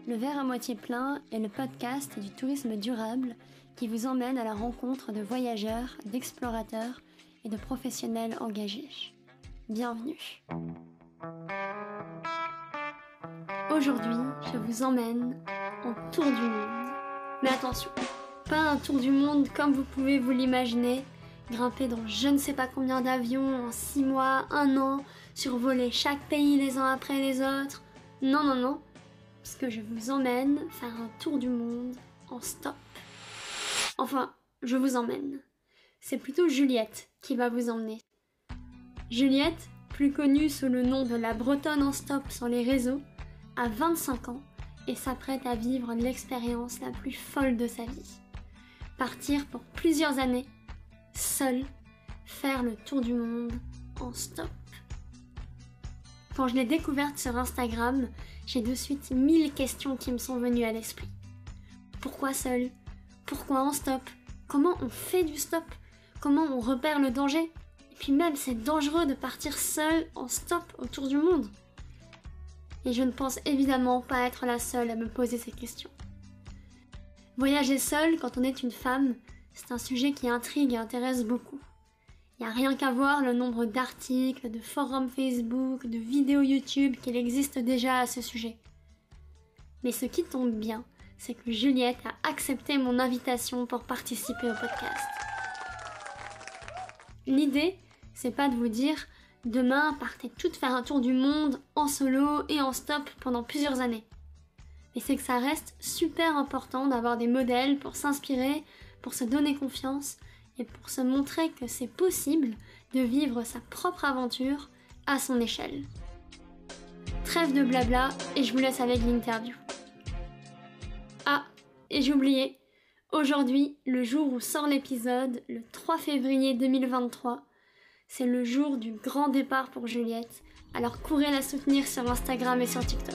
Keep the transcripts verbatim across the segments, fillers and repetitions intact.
Le verre à moitié plein est le podcast du tourisme durable qui vous emmène à la rencontre de voyageurs, d'explorateurs et de professionnels engagés. Bienvenue. Aujourd'hui, je vous emmène en tour du monde. Mais attention, pas un tour du monde comme vous pouvez vous l'imaginer, grimper dans je ne sais pas combien d'avions en six mois, un an, survoler chaque pays les uns après les autres. Non, non, non, parce que je vous emmène faire un tour du monde en stop. Enfin, je vous emmène. C'est plutôt Juliette qui va vous emmener. Juliette, plus connue sous le nom de la Bretonne en stop sur les réseaux, a vingt-cinq ans et s'apprête à vivre l'expérience la plus folle de sa vie. Partir pour plusieurs années, seule, faire le tour du monde en stop. Quand je l'ai découverte sur Instagram, j'ai de suite mille questions qui me sont venues à l'esprit. Pourquoi seule ? Pourquoi en stop ? Comment on fait du stop ? Comment on repère le danger ? Et puis même, c'est dangereux de partir seule en stop autour du monde. Et je ne pense évidemment pas être la seule à me poser ces questions. Voyager seule quand on est une femme, c'est un sujet qui intrigue et intéresse beaucoup. Il n'y a rien qu'à voir le nombre d'articles, de forums Facebook, de vidéos YouTube qu'il existe déjà à ce sujet. Mais ce qui tombe bien, c'est que Juliette a accepté mon invitation pour participer au podcast. L'idée, c'est pas de vous dire « Demain, partez toutes faire un tour du monde en solo et en stop pendant plusieurs années ». Mais c'est que ça reste super important d'avoir des modèles pour s'inspirer, pour se donner confiance et pour se montrer que c'est possible de vivre sa propre aventure à son échelle. Trêve de blabla et je vous laisse avec l'interview. Ah, et j'ai oublié, aujourd'hui, le jour où sort l'épisode, le trois février deux mille vingt-trois, c'est le jour du grand départ pour Juliette, alors courez la soutenir sur Instagram et sur TikTok.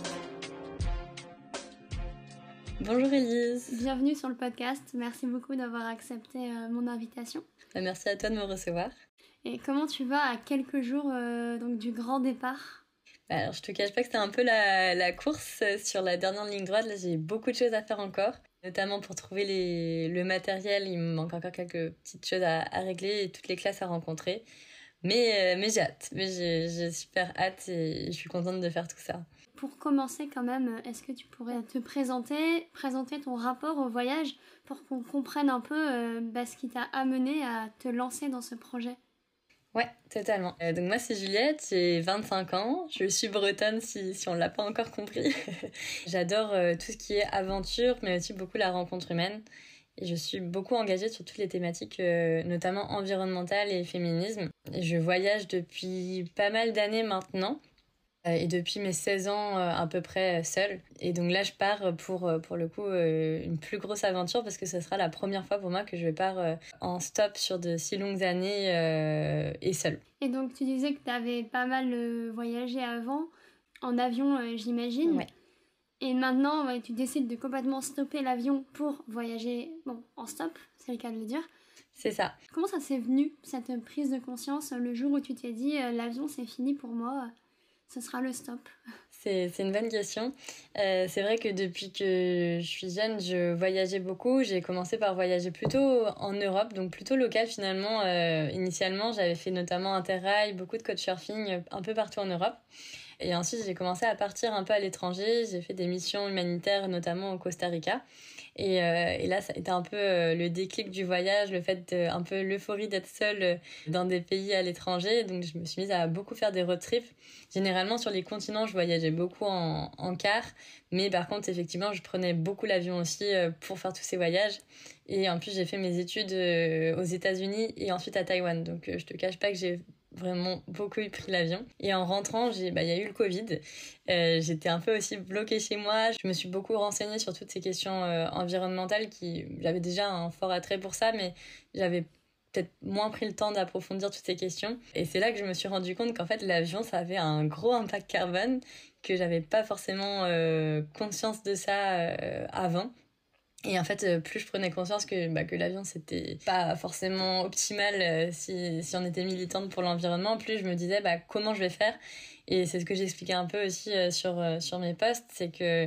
Bonjour Elise. Bienvenue sur le podcast, merci beaucoup d'avoir accepté euh, mon invitation. Merci à toi de me recevoir. Et comment tu vas à quelques jours euh, donc, du grand départ ? Alors je te cache pas que c'était un peu la, la course sur la dernière ligne droite, là j'ai beaucoup de choses à faire encore, notamment pour trouver les, le matériel, il me manque encore quelques petites choses à, à régler et toutes les classes à rencontrer. Mais, euh, mais j'ai hâte, mais j'ai, j'ai super hâte et je suis contente de faire tout ça. Pour commencer quand même, est-ce que tu pourrais te présenter, présenter ton rapport au voyage pour qu'on comprenne un peu euh, bah, ce qui t'a amené à te lancer dans ce projet ? Ouais, totalement. Euh, donc moi c'est Juliette, j'ai vingt-cinq ans, je suis bretonne si, si on l'a pas encore compris. J'adore euh, tout ce qui est aventure, mais aussi beaucoup la rencontre humaine. Et je suis beaucoup engagée sur toutes les thématiques, euh, notamment environnementales et féminisme. Et je voyage depuis pas mal d'années maintenant. Et depuis mes seize ans euh, à peu près seule. Et donc là, je pars pour, pour le coup, euh, une plus grosse aventure parce que ce sera la première fois pour moi que je pars euh, en stop sur de si longues années euh, et seule. Et donc, tu disais que tu avais pas mal euh, voyagé avant, en avion, euh, j'imagine. Ouais. Et maintenant, ouais, tu décides de complètement stopper l'avion pour voyager bon, en stop, c'est le cas de le dire. C'est ça. Comment ça s'est venu, cette prise de conscience, le jour où tu t'es dit euh, « l'avion, c'est fini pour moi ». Ce sera le stop. C'est, c'est une bonne question. Euh, c'est vrai que depuis que je suis jeune, je voyageais beaucoup. J'ai commencé par voyager plutôt en Europe, donc plutôt local finalement. Euh, initialement, j'avais fait notamment Interrail, beaucoup de couchsurfing un peu partout en Europe. Et ensuite, j'ai commencé à partir un peu à l'étranger. J'ai fait des missions humanitaires, notamment au Costa Rica. Et, euh, et là, ça a été un peu euh, le déclic du voyage, le fait de, un peu l'euphorie d'être seule dans des pays à l'étranger. Donc, je me suis mise à beaucoup faire des road trips. Généralement, sur les continents, je voyageais beaucoup en, en car. Mais par contre, effectivement, je prenais beaucoup l'avion aussi euh, pour faire tous ces voyages. Et en plus, j'ai fait mes études euh, aux États-Unis et ensuite à Taïwan. Donc, euh, je te cache pas que j'ai vraiment beaucoup pris l'avion. Et en rentrant, j'ai, bah, il y a eu le Covid. Euh, j'étais un peu aussi bloquée chez moi. Je me suis beaucoup renseignée sur toutes ces questions euh, environnementales qui, j'avais déjà un fort attrait pour ça, mais j'avais peut-être moins pris le temps d'approfondir toutes ces questions. Et c'est là que je me suis rendu compte qu'en fait, l'avion, ça avait un gros impact carbone, que j'avais pas forcément euh, conscience de ça euh, avant. Et en fait, plus je prenais conscience que, bah, que l'avion, c'était pas forcément optimal euh, si, si on était militante pour l'environnement, plus je me disais bah, comment je vais faire. Et c'est ce que j'expliquais un peu aussi euh, sur, euh, sur mes posts, c'est que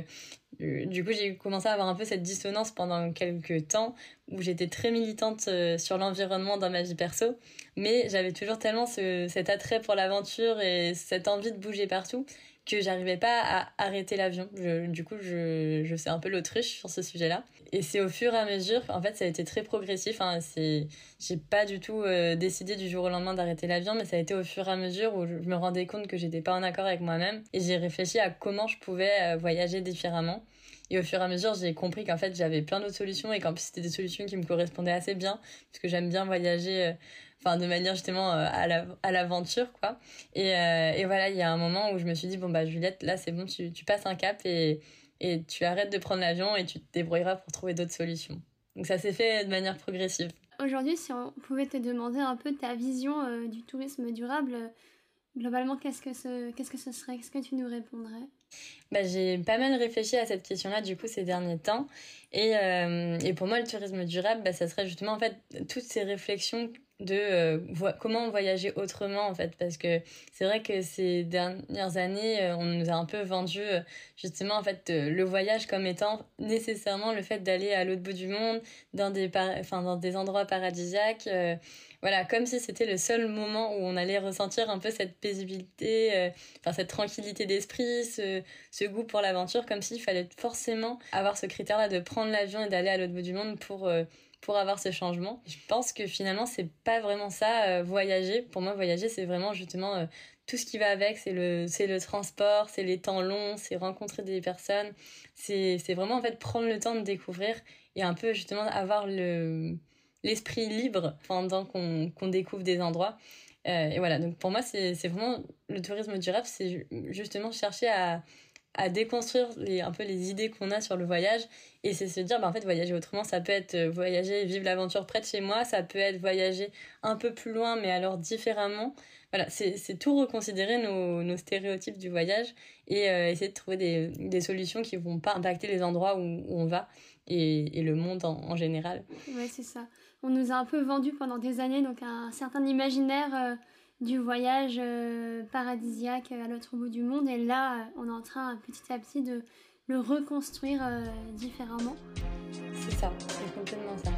Du coup, j'ai commencé à avoir un peu cette dissonance pendant quelques temps où j'étais très militante sur l'environnement dans ma vie perso, mais j'avais toujours tellement ce, cet attrait pour l'aventure et cette envie de bouger partout que j'arrivais pas à arrêter l'avion. Je, du coup, je, je fais un peu l'autruche sur ce sujet-là. Et c'est au fur et à mesure, en fait, ça a été très progressif. Hein, c'est, j'ai pas du tout euh, décidé du jour au lendemain d'arrêter l'avion, mais ça a été au fur et à mesure où je me rendais compte que j'étais pas en accord avec moi-même. Et j'ai réfléchi à comment je pouvais euh, voyager différemment. Et au fur et à mesure, j'ai compris qu'en fait, j'avais plein d'autres solutions et qu'en plus, c'était des solutions qui me correspondaient assez bien, parce que j'aime bien voyager... Euh, enfin de manière justement euh, à la, à l'aventure quoi et euh, et voilà, il y a un moment où je me suis dit bon bah Juliette, là c'est bon, tu tu passes un cap et et tu arrêtes de prendre l'avion et tu te débrouilleras pour trouver d'autres solutions. Donc ça s'est fait de manière progressive. Aujourd'hui, si on pouvait te demander un peu ta vision euh, du tourisme durable, euh, globalement, qu'est-ce que ce qu'est-ce que ce serait, qu'est-ce que tu nous répondrais? Bah, j'ai pas mal réfléchi à cette question-là du coup ces derniers temps et euh, et pour moi le tourisme durable, bah ça serait justement en fait toutes ces réflexions de euh, vo- comment voyager autrement en fait, parce que c'est vrai que ces dernières années euh, on nous a un peu vendu euh, justement en fait euh, le voyage comme étant nécessairement le fait d'aller à l'autre bout du monde dans des par- enfin dans des endroits paradisiaques, euh, voilà, comme si c'était le seul moment où on allait ressentir un peu cette paisibilité, euh, enfin cette tranquillité d'esprit, ce, ce goût pour l'aventure, comme s'il fallait forcément avoir ce critère-là de prendre l'avion et d'aller à l'autre bout du monde pour euh, pour avoir ce changement. Je pense que finalement, c'est pas vraiment ça, euh, voyager. Pour moi, voyager, c'est vraiment justement euh, tout ce qui va avec. C'est le, c'est le transport, c'est les temps longs, c'est rencontrer des personnes. C'est, c'est vraiment en fait prendre le temps de découvrir et un peu justement avoir le, l'esprit libre pendant qu'on, qu'on découvre des endroits. Euh, et voilà, donc pour moi, c'est, c'est vraiment le tourisme durable, c'est justement chercher à à déconstruire les, un peu les idées qu'on a sur le voyage et c'est se dire bah en fait voyager autrement, ça peut être voyager, vivre l'aventure près de chez moi, ça peut être voyager un peu plus loin mais alors différemment. Voilà, c'est, c'est tout reconsidérer nos, nos stéréotypes du voyage et euh, essayer de trouver des, des solutions qui vont pas impacter les endroits où, où on va et, et le monde en, en général. Ouais, c'est ça. On nous a un peu vendu pendant des années donc un certain imaginaire euh, du voyage euh, paradisiaque à l'autre bout du monde et là on est en train petit à petit de le reconstruire euh, différemment. C'est ça, c'est complètement ça.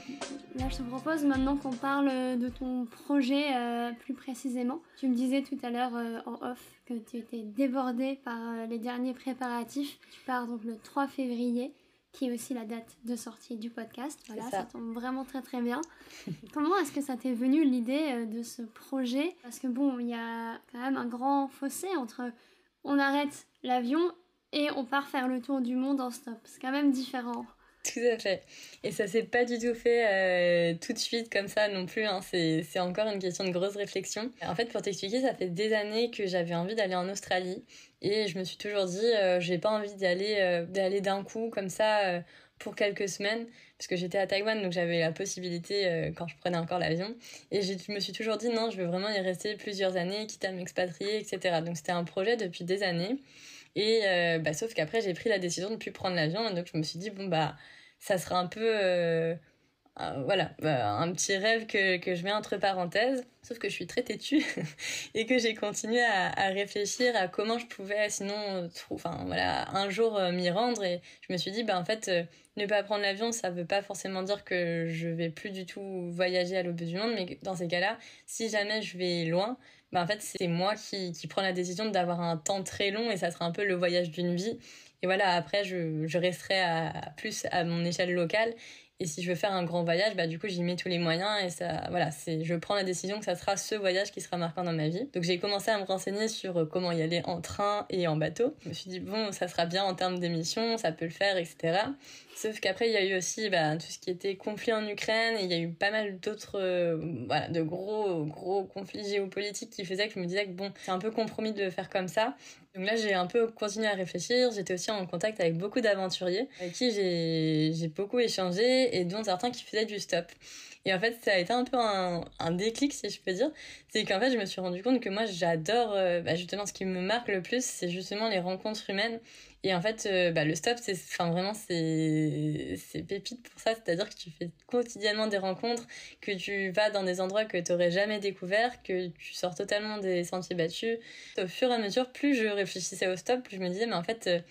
Là je te propose maintenant qu'on parle de ton projet euh, plus précisément. Tu me disais tout à l'heure euh, en off que tu étais débordée par euh, les derniers préparatifs. Tu pars donc le trois février, qui est aussi la date de sortie du podcast. Voilà, ça. ça tombe vraiment très très bien. Comment est-ce que ça t'est venu l'idée de ce projet? Parce que bon, il y a quand même un grand fossé entre on arrête l'avion et on part faire le tour du monde en stop. C'est quand même différent. Tout à fait. Et ça s'est pas du tout fait euh, tout de suite comme ça non plus. Hein. C'est, c'est encore une question de grosse réflexion. En fait, pour t'expliquer, ça fait des années que j'avais envie d'aller en Australie. Et je me suis toujours dit, euh, j'ai pas envie d'y aller, euh, d'aller d'un coup comme ça euh, pour quelques semaines. Parce que j'étais à Taïwan, donc j'avais la possibilité euh, quand je prenais encore l'avion. Et je me suis toujours dit, non, je veux vraiment y rester plusieurs années, quitte à m'expatrier, et cetera. Donc c'était un projet depuis des années. Et euh, bah, sauf qu'après, j'ai pris la décision de ne plus prendre l'avion. Et donc je me suis dit, bon, bah, ça sera un peu... Euh, euh, voilà, bah, un petit rêve que, que je mets entre parenthèses. Sauf que je suis très têtue et que j'ai continué à, à réfléchir à comment je pouvais sinon trou- enfin, voilà, un jour euh, m'y rendre. Et je me suis dit, bah, en fait, euh, ne pas prendre l'avion, ça veut pas forcément dire que je vais plus du tout voyager à l'autre bout du monde. Mais dans ces cas-là, si jamais je vais loin, bah, en fait, c'est moi qui, qui prends la décision d'avoir un temps très long et ça sera un peu le voyage d'une vie. Et voilà, après, je, je resterai à, à plus à mon échelle locale. Et si je veux faire un grand voyage, bah, du coup, j'y mets tous les moyens et ça, voilà, c'est, je prends la décision que ça sera ce voyage qui sera marquant dans ma vie. Donc, j'ai commencé à me renseigner sur comment y aller en train et en bateau. Je me suis dit, bon, ça sera bien en termes d'émissions, ça peut le faire, et cetera. Sauf qu'après, il y a eu aussi, bah, tout ce qui était conflit en Ukraine et il y a eu pas mal d'autres, euh, voilà, de gros, gros conflits géopolitiques qui faisaient que je me disais que bon, c'est un peu compromis de le faire comme ça. Donc là, j'ai un peu continué à réfléchir. J'étais aussi en contact avec beaucoup d'aventuriers avec qui j'ai, j'ai beaucoup échangé et dont certains qui faisaient du stop. Et en fait, ça a été un peu un, un déclic, si je peux dire. C'est qu'en fait, je me suis rendu compte que moi, j'adore, euh, bah, justement, ce qui me marque le plus, c'est justement les rencontres humaines. Et en fait, euh, bah, le stop, c'est, enfin, vraiment, c'est, c'est pépite pour ça. C'est-à-dire que tu fais quotidiennement des rencontres, que tu vas dans des endroits que tu n'aurais jamais découverts, que tu sors totalement des sentiers battus. Au fur et à mesure, plus je réfléchissais au stop, plus je me disais, mais en fait, euh,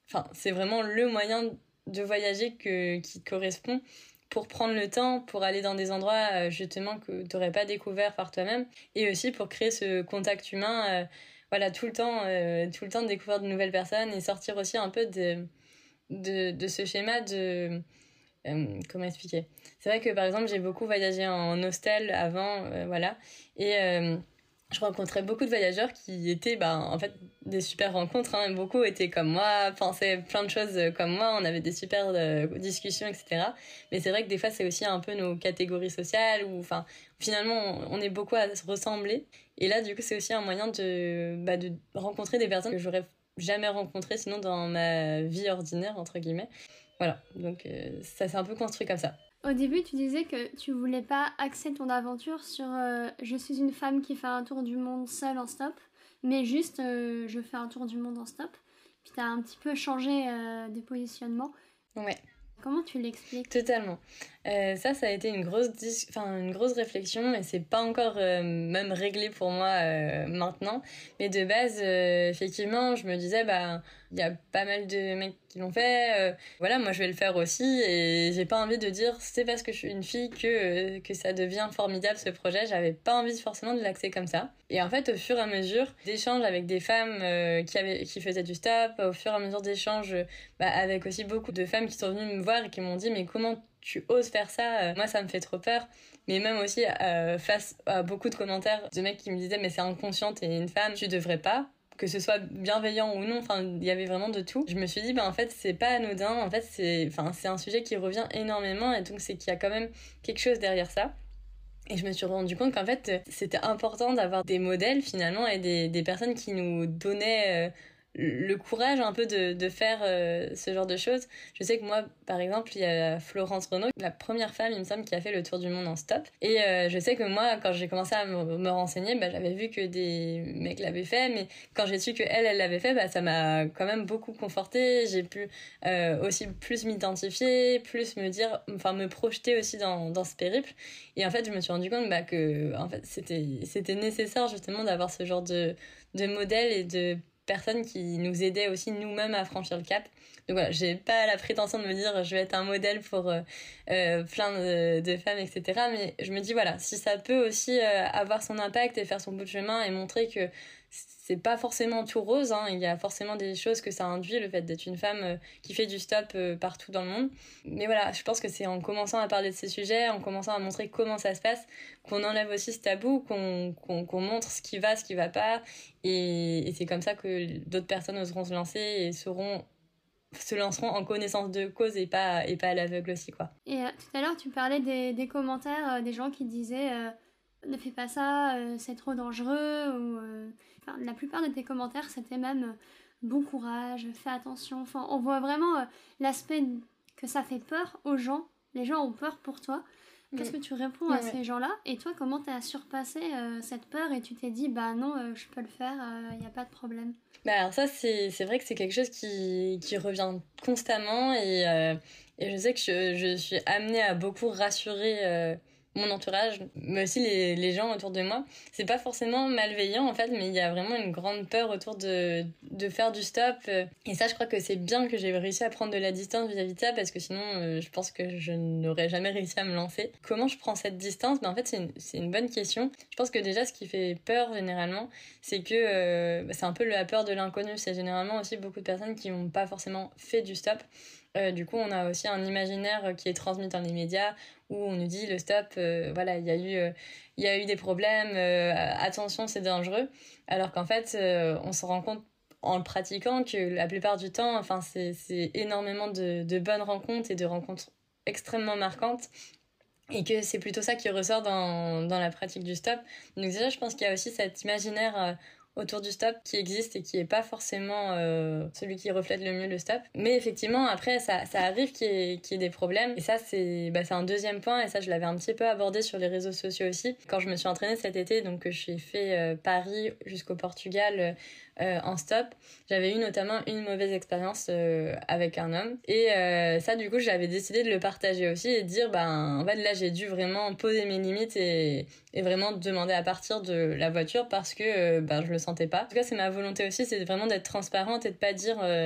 enfin, c'est vraiment le moyen de voyager que, qui correspond pour prendre le temps, pour aller dans des endroits justement que tu n'aurais pas découvert par toi-même, et aussi pour créer ce contact humain, euh, voilà, tout le temps, euh, tout le temps de découvrir de nouvelles personnes et sortir aussi un peu de, de, de ce schéma de... Euh, comment expliquer ? C'est vrai que par exemple, j'ai beaucoup voyagé en hostel avant, euh, voilà, et... Euh, je rencontrais beaucoup de voyageurs qui étaient bah, en fait des super rencontres, hein. Beaucoup étaient comme moi, pensaient plein de choses comme moi, on avait des super euh, discussions, et cetera. Mais c'est vrai que des fois c'est aussi un peu nos catégories sociales, où enfin, finalement on est beaucoup à se ressembler. Et là du coup c'est aussi un moyen de, bah, de rencontrer des personnes que j'aurais jamais rencontrées sinon dans ma vie ordinaire, entre guillemets. Voilà, donc euh, ça s'est un peu construit comme ça. Au début, tu disais que tu voulais pas axer ton aventure sur euh, je suis une femme qui fait un tour du monde seule en stop, mais juste euh, je fais un tour du monde en stop. Puis tu as un petit peu changé euh, de positionnement. Ouais. Comment tu l'expliques ? Totalement. Euh, ça, ça a été une grosse, dis... enfin, une grosse réflexion et c'est pas encore euh, même réglé pour moi euh, maintenant. Mais de base, euh, effectivement, je me disais, bah, il y a pas mal de mecs qui l'ont fait. Euh, voilà, moi, je vais le faire aussi et j'ai pas envie de dire c'est parce que je suis une fille que, euh, que ça devient formidable ce projet. J'avais pas envie forcément de l'axer comme ça. Et en fait, au fur et à mesure d'échanges avec des femmes euh, qui, avaient, qui faisaient du stop, au fur et à mesure d'échanges bah, avec aussi beaucoup de femmes qui sont venues me voir et qui m'ont dit mais comment tu oses faire ça, euh, moi ça me fait trop peur. Mais même aussi euh, face à beaucoup de commentaires de mecs qui me disaient mais c'est inconscient, t'es une femme, tu devrais pas, que ce soit bienveillant ou non, enfin il y avait vraiment de tout. Je me suis dit bah en fait c'est pas anodin, en fait c'est enfin c'est un sujet qui revient énormément et donc c'est qu'il y a quand même quelque chose derrière ça. Et je me suis rendu compte qu'en fait c'était important d'avoir des modèles finalement et des, des personnes qui nous donnaient euh, le courage un peu de, de faire euh, ce genre de choses. Je sais que moi, par exemple, il y a Florence Renaud, la première femme, il me semble, qui a fait le tour du monde en stop. Et euh, je sais que moi, quand j'ai commencé à me, me renseigner, bah, j'avais vu que des mecs l'avaient fait, mais quand j'ai su que elle, elle l'avait fait, bah, ça m'a quand même beaucoup confortée. J'ai pu euh, aussi plus m'identifier, plus me dire, enfin me projeter aussi dans, dans ce périple. Et en fait, je me suis rendu compte bah, que en fait, c'était, c'était nécessaire justement d'avoir ce genre de, de modèle et de personnes qui nous aidaient aussi nous-mêmes à franchir le cap. Donc voilà, j'ai pas la prétention de me dire je vais être un modèle pour euh, euh, plein de, de femmes, et cetera. Mais je me dis voilà, si ça peut aussi euh, avoir son impact et faire son bout de chemin et montrer que c'est pas forcément tout rose, hein. Il y a forcément des choses que ça induit, le fait d'être une femme euh, qui fait du stop euh, partout dans le monde. Mais voilà, je pense que c'est en commençant à parler de ces sujets, en commençant à montrer comment ça se passe, qu'on enlève aussi ce tabou, qu'on, qu'on, qu'on montre ce qui va, ce qui va pas. Et, et c'est comme ça que d'autres personnes oseront se lancer et seront, se lanceront en connaissance de cause et pas, et pas à l'aveugle aussi, quoi. Et euh, tout à l'heure, tu parlais des, des commentaires, euh, des gens qui disaient euh, ne fais pas ça, euh, c'est trop dangereux. Ou, euh... enfin, la plupart de tes commentaires, c'était même euh, bon courage, fais attention. Enfin, on voit vraiment euh, l'aspect que ça fait peur aux gens. Les gens ont peur pour toi. Qu'est-ce que tu réponds à ouais. ces gens-là ? Et toi, comment tu as surpassé euh, cette peur et tu t'es dit, bah non, euh, je peux le faire, il euh, n'y a pas de problème ? Bah alors ça, c'est, c'est vrai que c'est quelque chose qui, qui revient constamment et, euh, et je sais que je, je suis amenée à beaucoup rassurer euh, mon entourage, mais aussi les, les gens autour de moi. C'est pas forcément malveillant en fait, mais il y a vraiment une grande peur autour de, de faire du stop. Et ça, je crois que c'est bien que j'ai réussi à prendre de la distance vis-à-vis de ça, parce que sinon, euh, je pense que je n'aurais jamais réussi à me lancer. Comment je prends cette distance ? Ben, en fait, c'est une, c'est une bonne question. Je pense que déjà, ce qui fait peur généralement, c'est que euh, c'est un peu la peur de l'inconnu. C'est généralement aussi beaucoup de personnes qui n'ont pas forcément fait du stop. Euh, du coup, on a aussi un imaginaire qui est transmis dans les médias où on nous dit le stop, euh, voilà, il y a eu, euh, il y a eu des problèmes, euh, attention, c'est dangereux. Alors qu'en fait, euh, on se rend compte en le pratiquant que la plupart du temps, enfin, c'est, c'est énormément de, de bonnes rencontres et de rencontres extrêmement marquantes. Et que c'est plutôt ça qui ressort dans, dans la pratique du stop. Donc déjà, je pense qu'il y a aussi cet imaginaire euh, autour du stop qui existe et qui est pas forcément euh, celui qui reflète le mieux le stop. Mais effectivement, après, ça, ça arrive qu'il y ait, qu'il y ait des problèmes. Et ça, c'est, bah, c'est un deuxième point. Et ça, je l'avais un petit peu abordé sur les réseaux sociaux aussi. Quand je me suis entraînée cet été, donc j'ai fait euh, Paris jusqu'au Portugal euh, en stop, j'avais eu notamment une mauvaise expérience euh, avec un homme. Et euh, ça, du coup, j'avais décidé de le partager aussi et de dire, ben, en fait, là, j'ai dû vraiment poser mes limites et, et vraiment demander à partir de la voiture parce que euh, ben, je le sentais pas. En tout cas, c'est ma volonté aussi, c'est vraiment d'être transparente et de pas dire euh,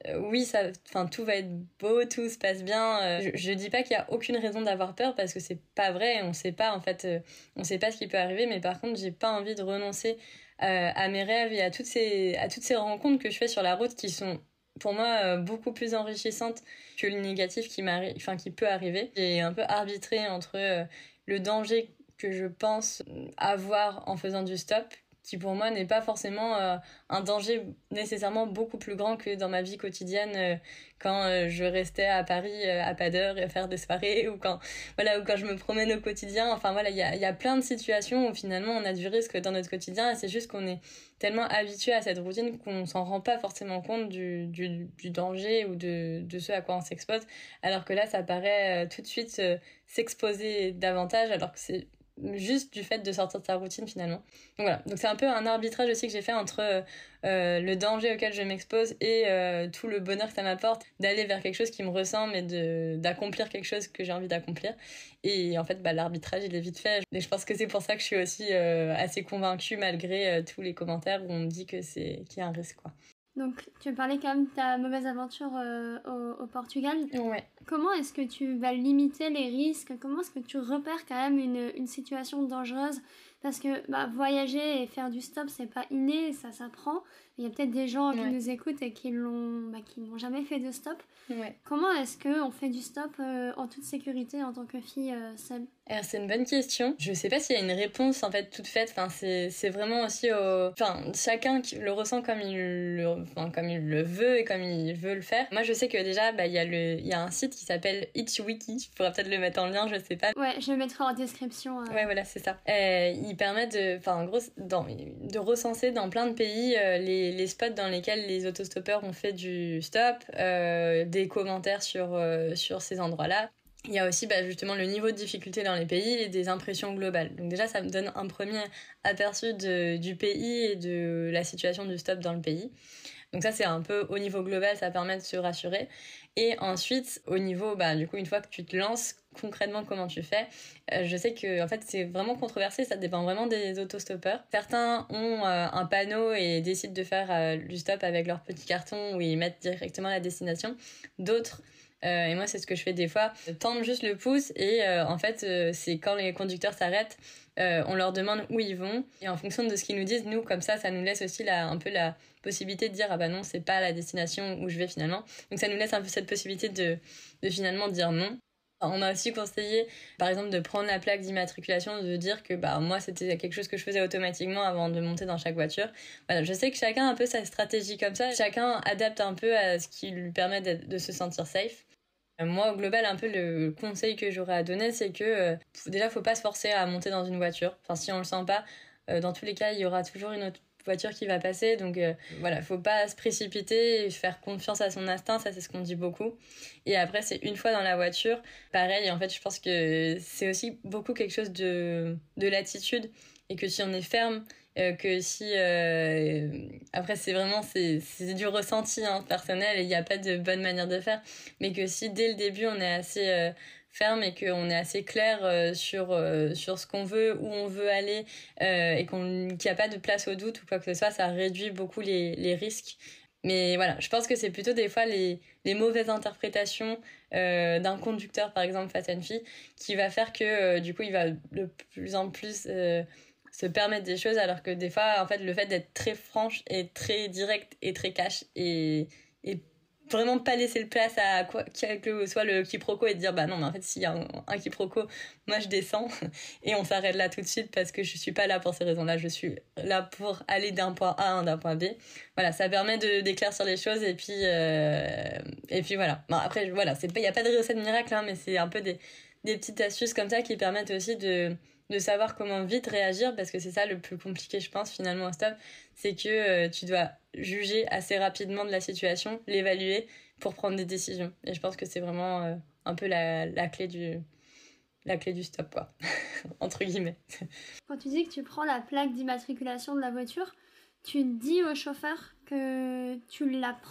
euh, oui, ça, enfin, tout va être beau, tout se passe bien. Euh, je, je dis pas qu'il y a aucune raison d'avoir peur parce que c'est pas vrai. On sait pas, en fait, euh, on sait pas ce qui peut arriver. Mais par contre, j'ai pas envie de renoncer euh, à mes rêves et à toutes ces, à toutes ces rencontres que je fais sur la route qui sont pour moi euh, beaucoup plus enrichissantes que le négatif qui m'arrive, enfin, qui peut arriver. J'ai un peu arbitré entre euh, le danger que je pense avoir en faisant du stop, qui pour moi n'est pas forcément euh, un danger nécessairement beaucoup plus grand que dans ma vie quotidienne euh, quand euh, je restais à Paris euh, à pas d'heure et à faire des soirées ou quand, voilà, ou quand je me promène au quotidien. Enfin voilà, il y a, y a plein de situations où finalement on a du risque dans notre quotidien et c'est juste qu'on est tellement habitué à cette routine qu'on s'en rend pas forcément compte du, du, du danger ou de, de ce à quoi on s'expose, alors que là ça paraît euh, tout de suite euh, s'exposer davantage alors que c'est juste du fait de sortir de sa routine finalement. Donc voilà, donc c'est un peu un arbitrage aussi que j'ai fait entre euh, le danger auquel je m'expose et euh, tout le bonheur que ça m'apporte d'aller vers quelque chose qui me ressemble et de, d'accomplir quelque chose que j'ai envie d'accomplir. Et en fait, bah, l'arbitrage, il est vite fait. Et je pense que c'est pour ça que je suis aussi euh, assez convaincue malgré euh, tous les commentaires où on me dit que c'est, qu'il y a un risque, quoi. Donc, tu parlais quand même de ta mauvaise aventure euh, au, au Portugal. Ouais. Comment est-ce que tu vas limiter les risques? Comment est-ce que tu repères quand même une, une situation dangereuse? Parce que bah, voyager et faire du stop, c'est pas inné, ça s'apprend. Il y a peut-être des gens qui ouais. nous écoutent et qui l'ont, bah, qui n'ont jamais fait de stop. Ouais. Comment est-ce qu'on fait du stop euh, en toute sécurité en tant que fille euh, seule? Alors, c'est une bonne question. Je sais pas s'il y a une réponse en fait toute faite. Enfin, c'est c'est vraiment aussi au, enfin, chacun qui le ressent comme il le, enfin, comme il le veut et comme il veut le faire. Moi, je sais que déjà, bah, il y a le, il y a un site qui s'appelle Itchwiki. Je pourrais peut-être le mettre en lien, je sais pas. Ouais, je le mettrai en description. Euh... Ouais, voilà, c'est ça. Euh, il permet de, enfin, en gros, dans, de recenser dans plein de pays euh, les les spots dans lesquels les autostoppeurs ont fait du stop, euh, des commentaires sur euh, sur ces endroits-là. Il y a aussi bah, justement le niveau de difficulté dans les pays et des impressions globales. Donc déjà, ça me donne un premier aperçu de, du pays et de la situation du stop dans le pays. Donc ça, c'est un peu au niveau global, ça permet de se rassurer. Et ensuite, au niveau, bah, du coup, une fois que tu te lances, concrètement, comment tu fais? euh, Je sais que en fait, c'est vraiment controversé, ça dépend vraiment des autostoppeurs. Certains ont euh, un panneau et décident de faire euh, du stop avec leur petit carton où ils mettent directement la destination. D'autres... Euh, et moi, c'est ce que je fais des fois. Tendre juste le pouce et euh, en fait, euh, c'est quand les conducteurs s'arrêtent, euh, on leur demande où ils vont. Et en fonction de ce qu'ils nous disent, nous, comme ça, ça nous laisse aussi la, un peu la possibilité de dire « Ah bah non, c'est pas la destination où je vais finalement ». Donc ça nous laisse un peu cette possibilité de, de finalement dire non. On m'a aussi conseillé, par exemple, de prendre la plaque d'immatriculation, de dire que bah, moi, c'était quelque chose que je faisais automatiquement avant de monter dans chaque voiture. Voilà, je sais que chacun a un peu sa stratégie comme ça. Chacun adapte un peu à ce qui lui permet de, de se sentir safe. Moi, au global, un peu le conseil que j'aurais à donner, c'est que euh, déjà, faut pas se forcer à monter dans une voiture. Enfin, si on le sent pas, euh, dans tous les cas, il y aura toujours une autre voiture qui va passer. Donc euh, voilà, faut pas se précipiter et faire confiance à son instinct, ça c'est ce qu'on dit beaucoup. Et après, c'est une fois dans la voiture, pareil, en fait, je pense que c'est aussi beaucoup quelque chose de, de l'attitude et que si on est ferme, Euh, que si euh, après c'est vraiment c'est, c'est du ressenti hein, personnel et il n'y a pas de bonne manière de faire, mais que si dès le début on est assez euh, ferme et qu'on est assez clair euh, sur, euh, sur ce qu'on veut, où on veut aller euh, et qu'on, qu'il n'y a pas de place au doute ou quoi que ce soit, ça réduit beaucoup les, les risques. Mais voilà, je pense que c'est plutôt des fois les, les mauvaises interprétations euh, d'un conducteur par exemple face à une fille qui va faire que euh, du coup il va de plus en plus euh, se permettre des choses, alors que des fois en fait le fait d'être très franche et très directe et très cash et, et vraiment pas laisser le place à quoi quel que soit le quiproquo et de dire bah non mais en fait s'il y a un, un quiproquo moi je descends et on s'arrête là tout de suite parce que je suis pas là pour ces raisons là, je suis là pour aller d'un point A à d'un point B. Voilà, ça permet de d'éclaircir les choses et puis euh, et puis voilà, bon, après voilà, c'est pas, il y a pas de recette miracle hein, mais c'est un peu des des petites astuces comme ça qui permettent aussi de de savoir comment vite réagir, parce que c'est ça le plus compliqué je pense finalement au stop, c'est que euh, tu dois juger assez rapidement de la situation, l'évaluer pour prendre des décisions, et je pense que c'est vraiment euh, un peu la, la clé du la clé du stop quoi entre guillemets. Quand tu dis que tu prends la plaque d'immatriculation de la voiture, tu dis au chauffeur que tu la prends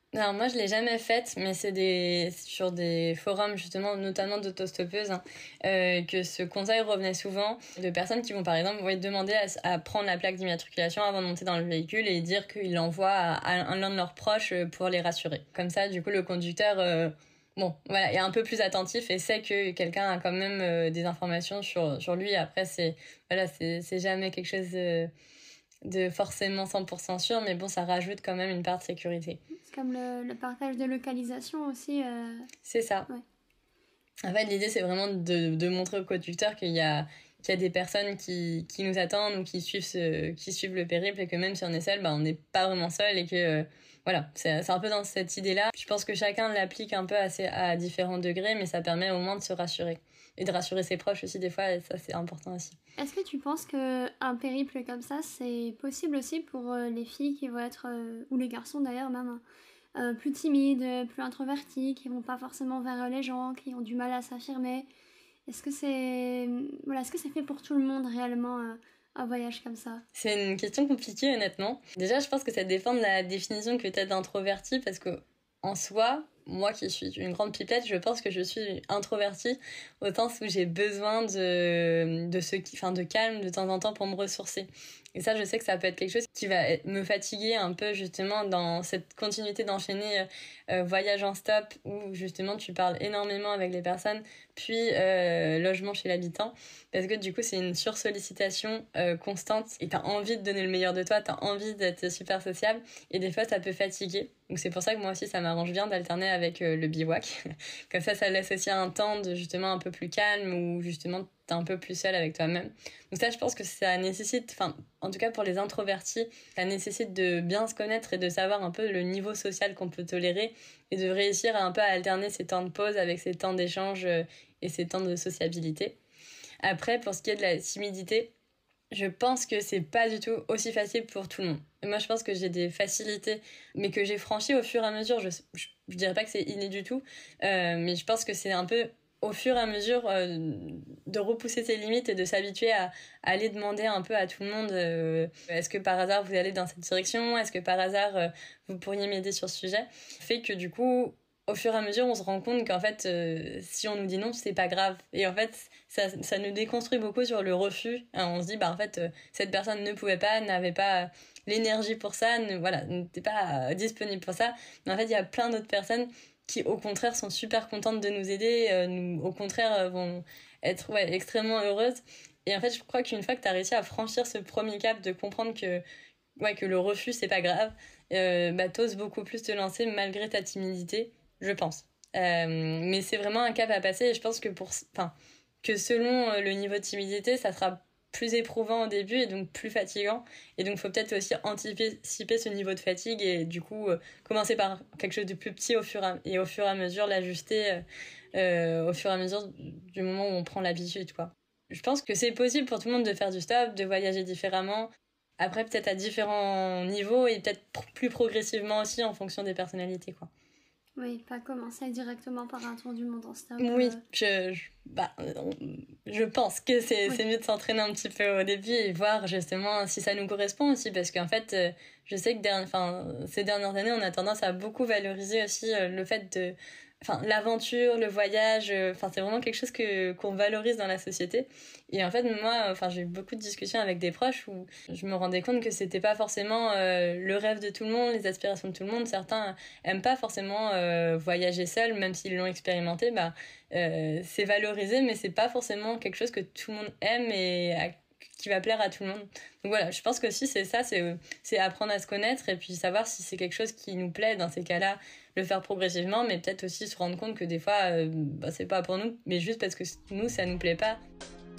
Alors moi, je l'ai jamais faite, mais c'est des sur des forums justement, notamment d'autostoppeuses, hein, euh, que ce conseil revenait souvent de personnes qui vont par exemple ouais, demander à, à prendre la plaque d'immatriculation avant de monter dans le véhicule et dire qu'ils l'envoient à, à l'un de leurs proches pour les rassurer. Comme ça, du coup, le conducteur, euh, bon, voilà, est un peu plus attentif et sait que quelqu'un a quand même euh, des informations sur sur lui. Après, c'est voilà, c'est c'est jamais quelque chose de de forcément cent pour cent sûr, mais bon, ça rajoute quand même une part de sécurité. C'est comme le, le partage de localisation aussi. Euh... C'est ça. Ouais. En fait, l'idée, c'est vraiment de, de montrer au conducteur qu'il y a, qu'il y a des personnes qui, qui nous attendent ou qui suivent, ce, qui suivent le périple et que même si on est seul, bah, on n'est pas vraiment seul et que, euh, voilà, c'est, c'est un peu dans cette idée-là. Je pense que chacun l'applique un peu à, ses, à différents degrés, mais ça permet au moins de se rassurer. Et de rassurer ses proches aussi, des fois, et ça, c'est important aussi. Est-ce que tu penses qu'un périple comme ça, c'est possible aussi pour euh, les filles qui vont être, euh, ou les garçons d'ailleurs même, euh, plus timides, plus introvertis, qui vont pas forcément vers les gens, qui ont du mal à s'affirmer? Est-ce que c'est voilà, est-ce que c'est fait pour tout le monde réellement, euh, un voyage comme ça? C'est une question compliquée, honnêtement. Déjà, je pense que ça dépend de la définition que tu as d'introverti, parce que en soi, moi qui suis une grande pipette, je pense que je suis introvertie au sens où j'ai besoin de, de, ce, enfin, de calme de temps en temps pour me ressourcer. Et ça, je sais que ça peut être quelque chose qui va me fatiguer un peu justement dans cette continuité d'enchaîner euh, voyage en stop où justement tu parles énormément avec les personnes, puis euh, logement chez l'habitant, parce que du coup c'est une sursollicitation euh, constante et t'as envie de donner le meilleur de toi, t'as envie d'être super sociable et des fois ça peut fatiguer. Donc c'est pour ça que moi aussi ça m'arrange bien d'alterner avec euh, le bivouac. Comme ça, ça laisse aussi un temps de justement un peu plus calme où justement t'es un peu plus seul avec toi-même. Donc ça, je pense que ça nécessite, enfin, en tout cas pour les introvertis, ça nécessite de bien se connaître et de savoir un peu le niveau social qu'on peut tolérer et de réussir à un peu à alterner ces temps de pause avec ces temps d'échange et ces temps de sociabilité. Après, pour ce qui est de la timidité, je pense que c'est pas du tout aussi facile pour tout le monde. Et moi, je pense que j'ai des facilités, mais que j'ai franchies au fur et à mesure. Je, je, je dirais pas que c'est inné du tout, euh, mais je pense que c'est un peu au fur et à mesure euh, de repousser ses limites et de s'habituer à, à aller demander un peu à tout le monde euh, est-ce que par hasard vous allez dans cette direction, est-ce que par hasard euh, vous pourriez m'aider sur ce sujet, fait que du coup au fur et à mesure on se rend compte qu'en fait euh, si on nous dit non c'est pas grave et en fait ça, ça nous déconstruit beaucoup sur le refus. Hein, on se dit bah en fait euh, cette personne ne pouvait pas, n'avait pas l'énergie pour ça, ne, voilà, n'était pas euh, disponible pour ça, mais en fait il y a plein d'autres personnes qui au contraire sont super contentes de nous aider, euh, nous, au contraire euh, vont être ouais, extrêmement heureuses. Et en fait, je crois qu'une fois que tu as réussi à franchir ce premier cap de comprendre que, ouais, que le refus, c'est pas grave, euh, bah, t'oses beaucoup plus te lancer malgré ta timidité, je pense. Euh, mais c'est vraiment un cap à passer et je pense que, pour, que selon le niveau de timidité, ça sera plus éprouvant au début et donc plus fatigant. Et donc, il faut peut-être aussi anticiper ce niveau de fatigue et du coup, euh, commencer par quelque chose de plus petit au fur et à, et au fur et à mesure, l'ajuster euh, euh, au fur et à mesure du moment où on prend l'habitude, quoi. Je pense que c'est possible pour tout le monde de faire du stop, de voyager différemment. Après, peut-être à différents niveaux et peut-être pr- plus progressivement aussi en fonction des personnalités, quoi. Oui, pas commencer directement par un tour du monde en stop. Oui, euh... je, je, bah, je pense que c'est, oui. c'est mieux de s'entraîner un petit peu au début et voir justement si ça nous correspond aussi, parce qu'en fait, je sais que dernière, enfin, ces dernières années, on a tendance à beaucoup valoriser aussi le fait de... Enfin, l'aventure, le voyage, enfin, c'est vraiment quelque chose que, qu'on valorise dans la société. Et en fait, moi, enfin, j'ai eu beaucoup de discussions avec des proches où je me rendais compte que c'était pas forcément euh, le rêve de tout le monde, les aspirations de tout le monde. Certains aiment pas forcément euh, voyager seuls, même s'ils l'ont expérimenté. Bah, euh, c'est valorisé, mais c'est pas forcément quelque chose que tout le monde aime et à, qui va plaire à tout le monde. Donc voilà, je pense que si c'est ça, c'est, c'est apprendre à se connaître et puis savoir si c'est quelque chose qui nous plaît. Dans ces cas-là, le faire progressivement, mais peut-être aussi se rendre compte que des fois, euh, bah, c'est pas pour nous, mais juste parce que nous, ça nous plaît pas.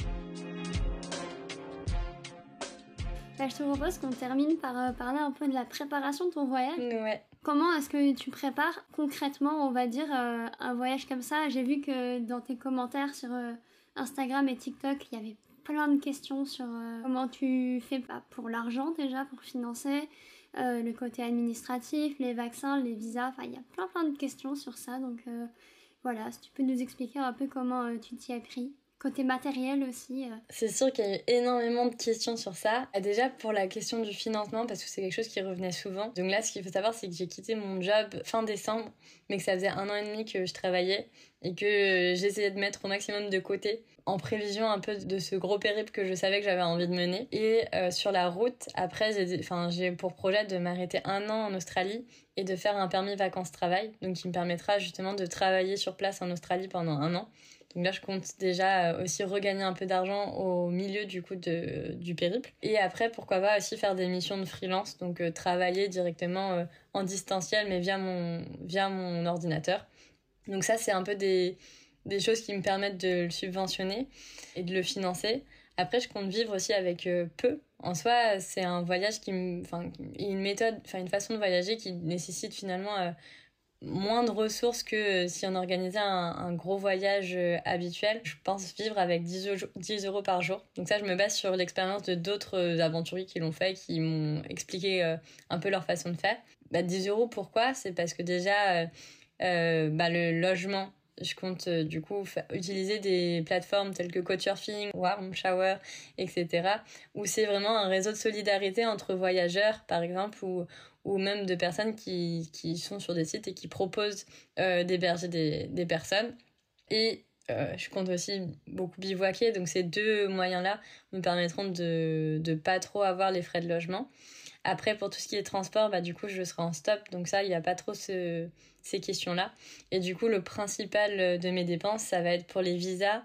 Là, je te propose qu'on termine par euh, parler un peu de la préparation de ton voyage. Ouais. Comment est-ce que tu prépares concrètement, on va dire, euh, un voyage comme ça? J'ai vu que dans tes commentaires sur euh, Instagram et TikTok, il y avait plein de questions sur euh, comment tu fais bah, pour l'argent déjà, pour financer, euh, le côté administratif, les vaccins, les visas, enfin il y a plein plein de questions sur ça. Donc euh, voilà, si tu peux nous expliquer un peu comment euh, tu t'y es pris. Côté matériel aussi. euh. C'est sûr qu'il y a eu énormément de questions sur ça. Euh, Déjà pour la question du financement, parce que c'est quelque chose qui revenait souvent. Donc là, ce qu'il faut savoir, c'est que j'ai quitté mon job fin décembre, mais que ça faisait un an et demi que je travaillais et que euh, j'essayais de mettre au maximum de côté en prévision un peu de ce gros périple que je savais que j'avais envie de mener. Et euh, sur la route, après, j'ai, enfin, j'ai pour projet de m'arrêter un an en Australie et de faire un permis vacances-travail, donc qui me permettra justement de travailler sur place en Australie pendant un an. Donc là, je compte déjà aussi regagner un peu d'argent au milieu du coup de, du périple. Et après, pourquoi pas aussi faire des missions de freelance, donc euh, travailler directement euh, en distanciel, mais via mon, via mon ordinateur. Donc ça, c'est un peu des, des choses qui me permettent de le subventionner et de le financer. Après, je compte vivre aussi avec euh, peu. En soi, c'est un voyage qui me, enfin, une méthode, enfin, une façon de voyager qui nécessite finalement euh, moins de ressources que si on organisait un, un gros voyage euh, habituel. Je pense vivre avec dix euros par jour. Donc ça, je me base sur l'expérience de d'autres euh, aventuriers qui l'ont fait, qui m'ont expliqué euh, un peu leur façon de faire. Bah, dix euros, pourquoi ? C'est parce que déjà, euh, euh, bah, le logement, je compte euh, du coup fa- utiliser des plateformes telles que Couchsurfing, Warm Shower, et cetera. Où c'est vraiment un réseau de solidarité entre voyageurs, par exemple, ou ou même de personnes qui, qui sont sur des sites et qui proposent euh, d'héberger des, des personnes. Et euh, je compte aussi beaucoup bivouaquer, donc ces deux moyens-là me permettront de ne pas trop avoir les frais de logement. Après, pour tout ce qui est transport, bah, du coup, je serai en stop, donc ça, il n'y a pas trop ce, ces questions-là. Et du coup, le principal de mes dépenses, ça va être pour les visas,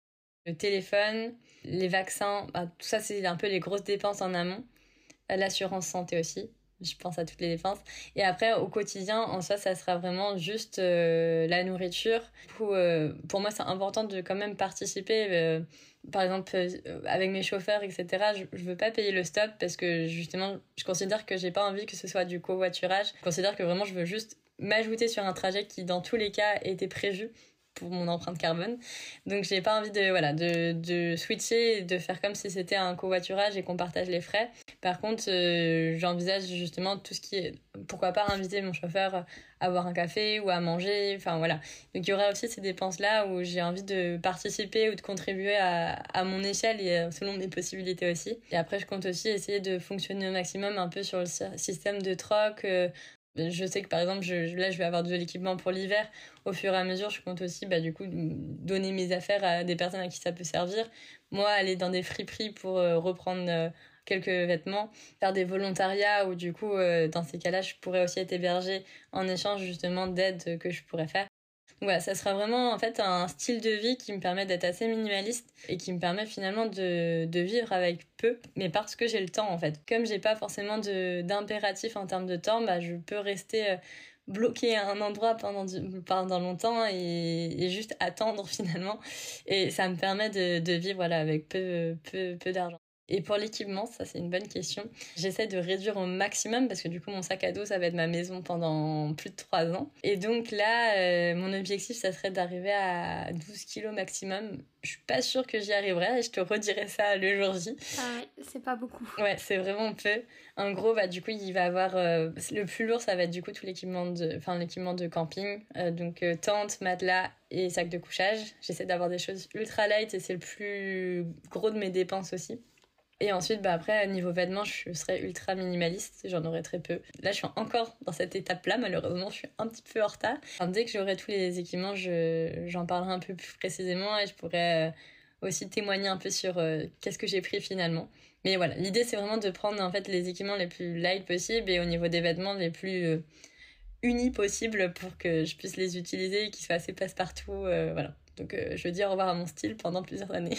le téléphone, les vaccins, bah, tout ça, c'est un peu les grosses dépenses en amont. L'assurance santé aussi. Je pense à toutes les dépenses. Et après, au quotidien, en soi, ça sera vraiment juste euh, la nourriture. Pour, euh, pour moi, c'est important de quand même participer. Euh, par exemple, euh, avec mes chauffeurs, et cetera, je, je veux pas payer le stop parce que justement, je considère que j'ai pas envie que ce soit du covoiturage. Je considère que vraiment, je veux juste m'ajouter sur un trajet qui, dans tous les cas, était prévu pour mon empreinte carbone. Donc j'ai pas envie de voilà de de switcher et de faire comme si c'était un covoiturage et qu'on partage les frais. Par contre, euh, j'envisage justement tout ce qui est pourquoi pas inviter mon chauffeur à boire un café ou à manger, enfin voilà. Donc il y aura aussi ces dépenses là où j'ai envie de participer ou de contribuer à à mon échelle et selon mes possibilités aussi. Et après je compte aussi essayer de fonctionner au maximum un peu sur le système de troc. euh, Je sais que par exemple, je, là, je vais avoir de l'équipement pour l'hiver. Au fur et à mesure, je compte aussi bah, du coup, donner mes affaires à des personnes à qui ça peut servir. Moi, aller dans des friperies pour euh, reprendre euh, quelques vêtements, faire des volontariats où du coup, euh, dans ces cas-là, je pourrais aussi être hébergée en échange justement d'aide que je pourrais faire. Donc voilà, ça sera vraiment en fait un style de vie qui me permet d'être assez minimaliste et qui me permet finalement de, de vivre avec peu, mais parce que j'ai le temps en fait. Comme j'ai pas forcément de, d'impératif en termes de temps, bah, je peux rester euh, bloquée à un endroit pendant, du, pendant longtemps et, et juste attendre finalement. Et ça me permet de, de vivre voilà, avec peu, peu, peu d'argent. Et pour l'équipement, ça c'est une bonne question. J'essaie de réduire au maximum parce que du coup mon sac à dos ça va être ma maison pendant plus de trois ans. Et donc là, euh, mon objectif ça serait d'arriver à douze kilos maximum. Je suis pas sûre que j'y arriverai et je te redirai ça le jour J. Ah ouais, c'est pas beaucoup. Ouais, c'est vraiment peu. En gros, bah du coup il va avoir euh, le plus lourd ça va être du coup tout l'équipement de, enfin l'équipement de camping, euh, donc euh, tente, matelas et sac de couchage. J'essaie d'avoir des choses ultra light et c'est le plus gros de mes dépenses aussi. Et ensuite, bah après, niveau vêtements, je serais ultra minimaliste, j'en aurais très peu. Là, je suis encore dans cette étape-là, malheureusement, je suis un petit peu en retard. Enfin, dès que j'aurai tous les équipements, je, j'en parlerai un peu plus précisément et je pourrai aussi témoigner un peu sur euh, qu'est-ce que j'ai pris finalement. Mais voilà, l'idée, c'est vraiment de prendre en fait les équipements les plus light possibles et au niveau des vêtements les plus euh, unis possibles pour que je puisse les utiliser et qu'ils soient assez passe-partout. Euh, voilà. Donc, euh, je veux dire au revoir à mon style pendant plusieurs années.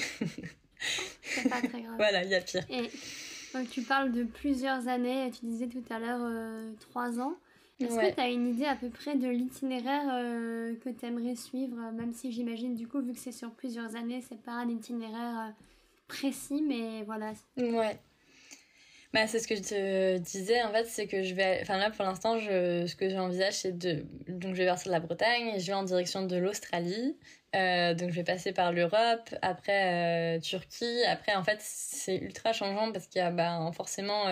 C'est pas très grave. Voilà, il y a pire. Et donc, tu parles de plusieurs années, tu disais tout à l'heure euh, trois ans. Est-ce Ouais. que tu as une idée à peu près de l'itinéraire euh, que tu aimerais suivre, même si j'imagine du coup, vu que c'est sur plusieurs années, c'est pas un itinéraire euh, précis, mais voilà. Ouais. Bah, c'est ce que je te disais, en fait, c'est que je vais... Enfin là, pour l'instant, je... ce que j'envisage, c'est de... Donc, je vais partir de la Bretagne et je vais en direction de l'Australie. Euh, donc, je vais passer par l'Europe, après euh, Turquie. Après, en fait, c'est ultra changeant parce qu'il y a bah, forcément euh,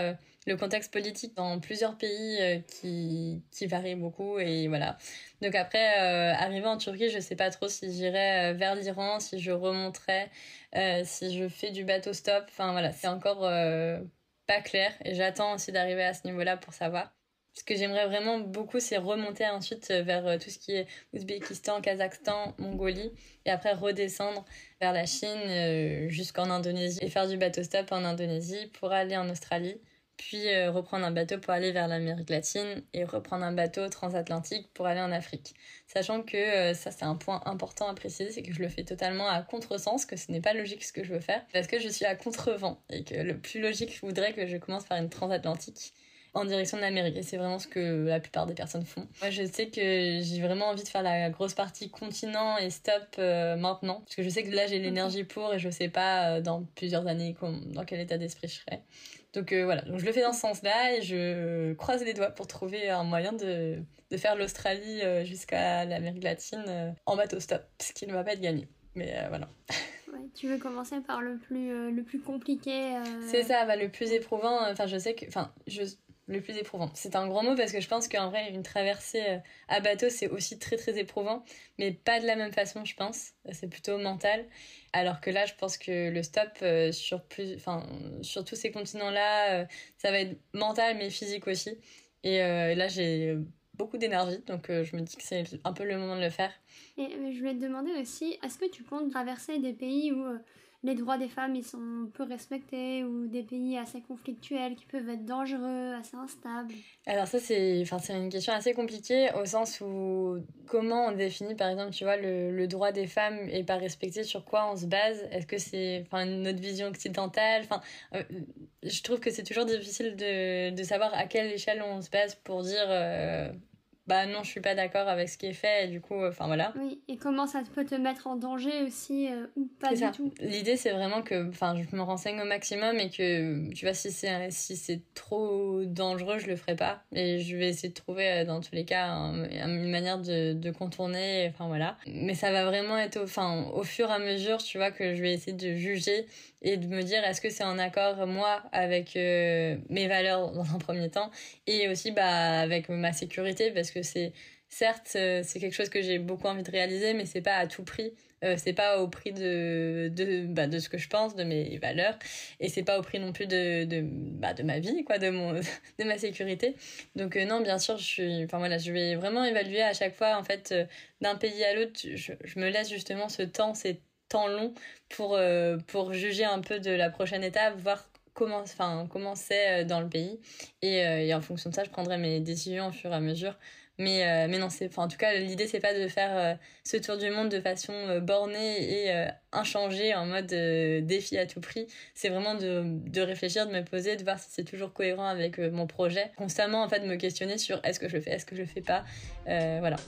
le contexte politique dans plusieurs pays euh, qui, qui varie beaucoup et voilà. Donc après, euh, arrivé en Turquie, je sais pas trop si j'irai vers l'Iran, si je remonterai, euh, si je fais du bateau stop. Enfin voilà, c'est encore euh, pas clair et j'attends aussi d'arriver à ce niveau-là pour savoir. Ce que j'aimerais vraiment beaucoup, c'est remonter ensuite vers tout ce qui est Ouzbékistan, Kazakhstan, Mongolie, et après redescendre vers la Chine euh, jusqu'en Indonésie et faire du bateau stop en Indonésie pour aller en Australie, puis euh, reprendre un bateau pour aller vers l'Amérique latine et reprendre un bateau transatlantique pour aller en Afrique. Sachant que euh, ça, c'est un point important à préciser, c'est que je le fais totalement à contresens, que ce n'est pas logique ce que je veux faire, parce que je suis à contrevent et que le plus logique voudrait que je commence par une transatlantique en direction de l'Amérique. Et c'est vraiment ce que la plupart des personnes font. Moi, je sais que j'ai vraiment envie de faire la grosse partie continent et stop euh, maintenant. Parce que je sais que là, j'ai l'énergie pour et je sais pas euh, dans plusieurs années dans quel état d'esprit je serai. Donc euh, voilà, donc je le fais dans ce sens-là et je croise les doigts pour trouver un moyen de, de faire l'Australie euh, jusqu'à l'Amérique latine euh, en bateau stop, ce qui ne va pas être gagné. Mais euh, voilà. Ouais, tu veux commencer par le plus, euh, le plus compliqué euh... C'est ça, bah, le plus éprouvant. Enfin, je sais que... Enfin, je... Le plus éprouvant. C'est un grand mot parce que je pense qu'en vrai, une traversée à bateau, c'est aussi très très éprouvant, mais pas de la même façon, je pense. C'est plutôt mental. Alors que là, je pense que le stop euh, sur, plus... enfin, sur tous ces continents-là, euh, ça va être mental mais physique aussi. Et euh, là, j'ai beaucoup d'énergie, donc euh, je me dis que c'est un peu le moment de le faire. Et euh, je voulais te demander aussi, est-ce que tu comptes traverser des pays où... Euh... les droits des femmes ils sont peu respectés ou des pays assez conflictuels qui peuvent être dangereux, assez instables? Alors ça c'est, enfin, c'est une question assez compliquée au sens où comment on définit par exemple tu vois le, le droit des femmes est pas respecté, sur quoi on se base? Est-ce que c'est enfin, notre vision occidentale? Enfin, euh, je trouve que c'est toujours difficile de, de savoir à quelle échelle on se base pour dire euh, bah non, je suis pas d'accord avec ce qui est fait et du coup enfin voilà. Oui, et comment ça peut te mettre en danger aussi euh, ou pas c'est du ça. tout. L'idée c'est vraiment que enfin je me renseigne au maximum et que tu vois si c'est si c'est trop dangereux, je le ferai pas et je vais essayer de trouver dans tous les cas un, une manière de de contourner enfin voilà. Mais ça va vraiment être enfin au, au fur et à mesure, tu vois, que je vais essayer de juger et de me dire est-ce que c'est en accord moi avec euh, mes valeurs dans un premier temps et aussi bah avec ma sécurité parce que c'est certes euh, c'est quelque chose que j'ai beaucoup envie de réaliser mais c'est pas à tout prix. Euh, c'est pas au prix de de bah de ce que je pense, de mes valeurs et c'est pas au prix non plus de de bah de ma vie quoi, de mon de ma sécurité. Donc euh, non, bien sûr, je suis enfin voilà, je vais vraiment évaluer à chaque fois en fait euh, d'un pays à l'autre, je je me laisse justement ce temps, ces temps longs pour euh, pour juger un peu de la prochaine étape, voir comment enfin comment c'est dans le pays et euh, et en fonction de ça, je prendrai mes décisions au fur et à mesure. Mais, euh, mais non, c'est, enfin, en tout cas, l'idée, c'est pas de faire euh, ce tour du monde de façon euh, bornée et euh, inchangée en mode euh, défi à tout prix. C'est vraiment de, de réfléchir, de me poser, de voir si c'est toujours cohérent avec euh, mon projet. Constamment, en fait, me questionner sur est-ce que je le fais, est-ce que je le fais pas. Euh, voilà.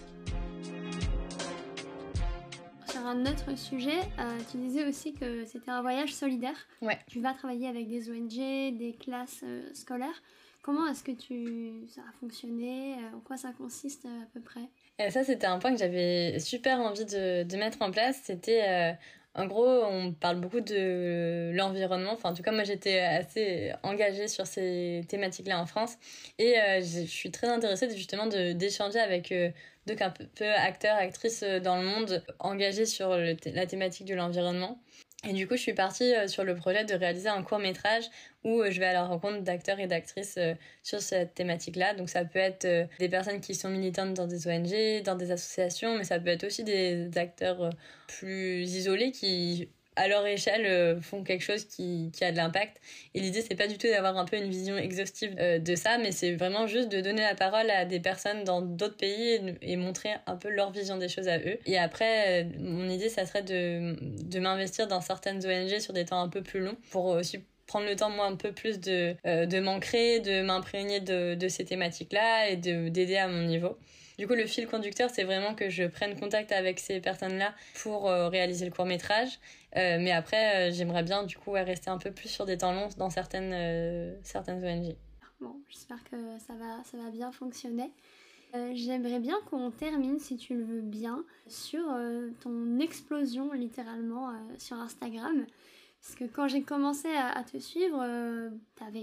Sur un autre sujet, euh, tu disais aussi que c'était un voyage solidaire. Ouais. Tu vas travailler avec des O N G, des classes euh, scolaires. Comment est-ce que tu... ça a fonctionné? En quoi ça consiste à peu près? Et ça, c'était un point que j'avais super envie de, de mettre en place. C'était, euh, en gros, on parle beaucoup de l'environnement. Enfin, en tout cas, moi, j'étais assez engagée sur ces thématiques-là en France. Et euh, je suis très intéressée justement de, d'échanger avec euh, donc un peu acteurs, actrices dans le monde engagés sur le, la thématique de l'environnement. Et du coup, je suis partie euh, sur le projet de réaliser un court-métrage où euh, je vais à la rencontre d'acteurs et d'actrices euh, sur cette thématique-là. Donc ça peut être euh, des personnes qui sont militantes dans des O N G, dans des associations, mais ça peut être aussi des acteurs euh, plus isolés qui, à leur échelle, euh, font quelque chose qui, qui a de l'impact. Et l'idée, c'est pas du tout d'avoir un peu une vision exhaustive euh, de ça, mais c'est vraiment juste de donner la parole à des personnes dans d'autres pays et, et montrer un peu leur vision des choses à eux. Et après, euh, mon idée, ça serait de, de m'investir dans certaines O N G sur des temps un peu plus longs pour aussi prendre le temps, moi, un peu plus de, euh, de m'ancrer, de m'imprégner de, de ces thématiques-là et de, d'aider à mon niveau. Du coup, le fil conducteur, c'est vraiment que je prenne contact avec ces personnes-là pour euh, réaliser le court-métrage. Euh, mais après, euh, j'aimerais bien, du coup, ouais, rester un peu plus sur des temps longs dans certaines, euh, certaines O N G. Bon, j'espère que ça va, ça va bien fonctionner. Euh, j'aimerais bien qu'on termine, si tu le veux bien, sur euh, ton explosion, littéralement, euh, sur Instagram. Parce que quand j'ai commencé à, à te suivre, euh, t'avais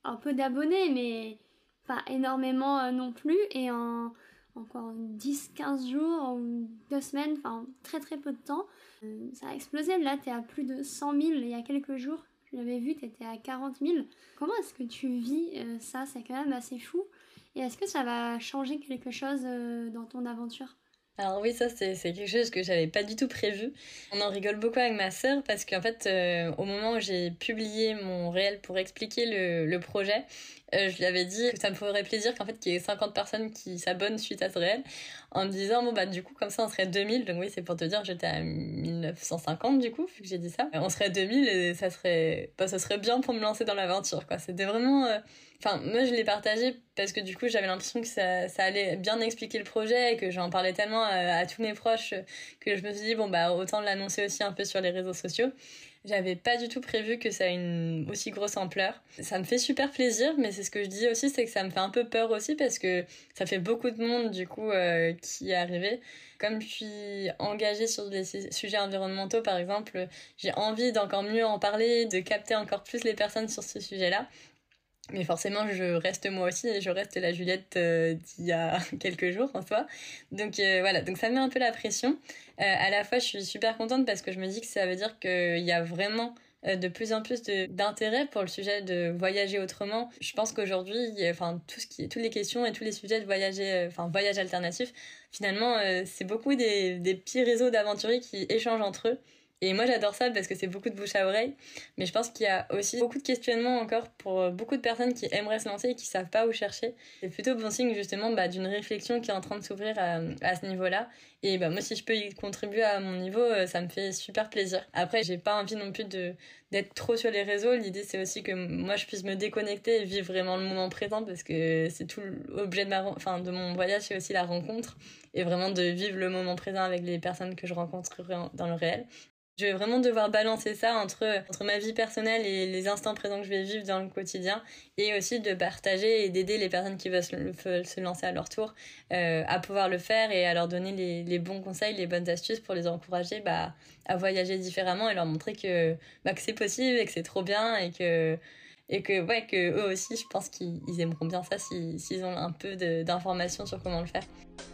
un peu d'abonnés, mais pas énormément euh, non plus. Et en encore dix quinze jours ou deux semaines, enfin très très peu de temps, euh, ça a explosé. Là, t'es à plus de cent mille il y a quelques jours. Je l'avais vu, t'étais à quarante mille. Comment est-ce que tu vis euh, ça? C'est quand même assez fou. Et est-ce que ça va changer quelque chose euh, dans ton aventure? Alors oui, ça c'est c'est quelque chose que j'avais pas du tout prévu. On en rigole beaucoup avec ma sœur parce qu'en fait, euh, au moment où j'ai publié mon réel pour expliquer le, le projet, euh, je lui avais dit que ça me ferait plaisir qu'en fait qu'il y ait cinquante personnes qui s'abonnent suite à ce réel, en me disant bon bah du coup comme ça on serait deux mille. Donc oui, c'est pour te dire, j'étais à mille neuf cent cinquante du coup, vu que j'ai dit ça. On serait deux mille et ça serait bah, ça serait bien pour me lancer dans l'aventure quoi. C'était vraiment euh, Enfin, moi, je l'ai partagé parce que du coup, j'avais l'impression que ça, ça allait bien expliquer le projet et que j'en parlais tellement à, à tous mes proches que je me suis dit, bon, bah, autant l'annoncer aussi un peu sur les réseaux sociaux. J'avais pas du tout prévu que ça ait une aussi grosse ampleur. Ça me fait super plaisir, mais c'est ce que je dis aussi, c'est que ça me fait un peu peur aussi parce que ça fait beaucoup de monde, du coup, euh, qui est arrivé. Comme je suis engagée sur des sujets environnementaux, par exemple, j'ai envie d'encore mieux en parler, de capter encore plus les personnes sur ce sujet-là. Mais forcément, je reste moi aussi et je reste la Juliette euh, d'il y a quelques jours en soi. Donc euh, voilà, donc ça me met un peu la pression. Euh, à la fois, je suis super contente parce que je me dis que ça veut dire qu'il y a vraiment euh, de plus en plus de, d'intérêt pour le sujet de voyager autrement. Je pense qu'aujourd'hui, enfin, tout ce qui, toutes les questions et tous les sujets de voyager, enfin, voyage alternatif, finalement, euh, c'est beaucoup des, des petits réseaux d'aventuriers qui échangent entre eux. Et moi, j'adore ça parce que c'est beaucoup de bouche à oreille. Mais je pense qu'il y a aussi beaucoup de questionnements encore pour beaucoup de personnes qui aimeraient se lancer et qui savent pas où chercher. C'est plutôt bon signe, justement, bah, d'une réflexion qui est en train de s'ouvrir à, à ce niveau-là. Et bah, moi, si je peux y contribuer à mon niveau, ça me fait super plaisir. Après, j'ai pas envie non plus de, d'être trop sur les réseaux. L'idée, c'est aussi que moi, je puisse me déconnecter et vivre vraiment le moment présent parce que c'est tout l'objet de ma, enfin, de mon voyage, c'est aussi la rencontre. Et vraiment de vivre le moment présent avec les personnes que je rencontre dans le réel. Je vais vraiment devoir balancer ça entre, entre ma vie personnelle et les instants présents que je vais vivre dans le quotidien et aussi de partager et d'aider les personnes qui veulent se, se lancer à leur tour euh, à pouvoir le faire et à leur donner les, les bons conseils, les bonnes astuces pour les encourager bah, à voyager différemment et leur montrer que, bah, que c'est possible et que c'est trop bien et que, et que, ouais, que eux aussi, je pense qu'ils aimeront bien ça s'ils, s'ils ont un peu de, d'informations sur comment le faire.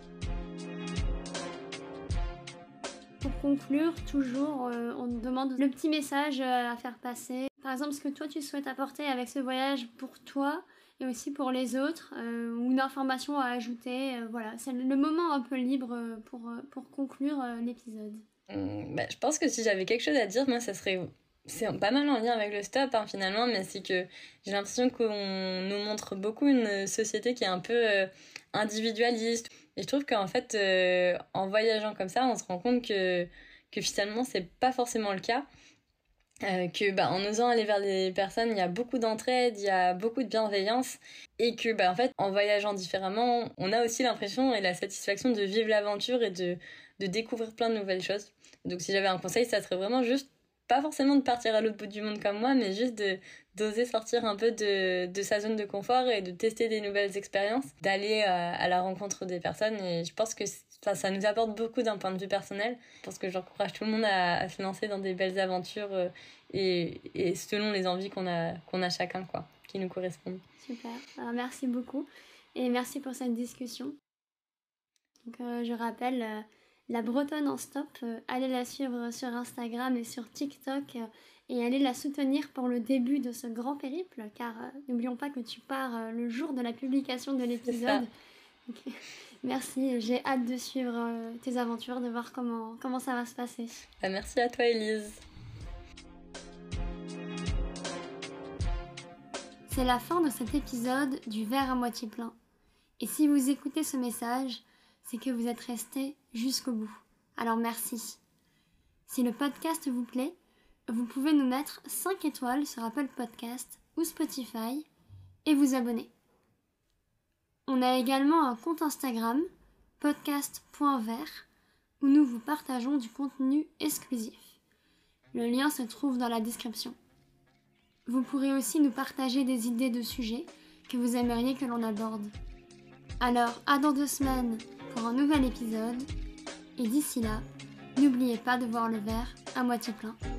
Pour conclure, toujours, euh, on te demande le petit message euh, à faire passer. Par exemple, ce que toi, tu souhaites apporter avec ce voyage pour toi et aussi pour les autres, euh, ou une information à ajouter. Euh, voilà, c'est le moment un peu libre pour, pour conclure euh, l'épisode. Mmh, bah, je pense que si j'avais quelque chose à dire, moi, ça serait... C'est pas mal en lien avec le stop, hein, finalement, mais c'est que j'ai l'impression qu'on nous montre beaucoup une société qui est un peu euh, individualiste. Et je trouve qu'en fait, euh, en voyageant comme ça, on se rend compte que, que finalement, c'est pas forcément le cas. Euh, que bah, en osant aller vers les personnes, il y a beaucoup d'entraide, il y a beaucoup de bienveillance. Et que bah, en fait, en voyageant différemment, on a aussi l'impression et la satisfaction de vivre l'aventure et de, de découvrir plein de nouvelles choses. Donc si j'avais un conseil, ça serait vraiment juste pas forcément de partir à l'autre bout du monde comme moi, mais juste de d'oser sortir un peu de, de sa zone de confort et de tester des nouvelles expériences, d'aller à, à la rencontre des personnes. Et je pense que ça, ça nous apporte beaucoup d'un point de vue personnel. Je pense que j'encourage tout le monde à, à se lancer dans des belles aventures euh, et, et selon les envies qu'on a, qu'on a chacun, quoi, qui nous correspondent. Super, alors, merci beaucoup et merci pour cette discussion. Donc, euh, je rappelle... Euh, La Bretonne en stop, euh, allez la suivre sur Instagram et sur TikTok euh, et allez la soutenir pour le début de ce grand périple car euh, n'oublions pas que tu pars euh, le jour de la publication de l'épisode. Okay. Merci, j'ai hâte de suivre euh, tes aventures, de voir comment, comment ça va se passer. Ah, merci à toi Elise. C'est la fin de cet épisode du verre à moitié plein. Et si vous écoutez ce message, c'est que vous êtes restés jusqu'au bout. Alors merci. Si le podcast vous plaît, vous pouvez nous mettre cinq étoiles sur Apple Podcast ou Spotify et vous abonner. On a également un compte Instagram, podcast point vert, où nous vous partageons du contenu exclusif. Le lien se trouve dans la description. Vous pourrez aussi nous partager des idées de sujets que vous aimeriez que l'on aborde. Alors, à dans deux semaines pour un nouvel épisode. Et d'ici là, n'oubliez pas de voir le verre à moitié plein.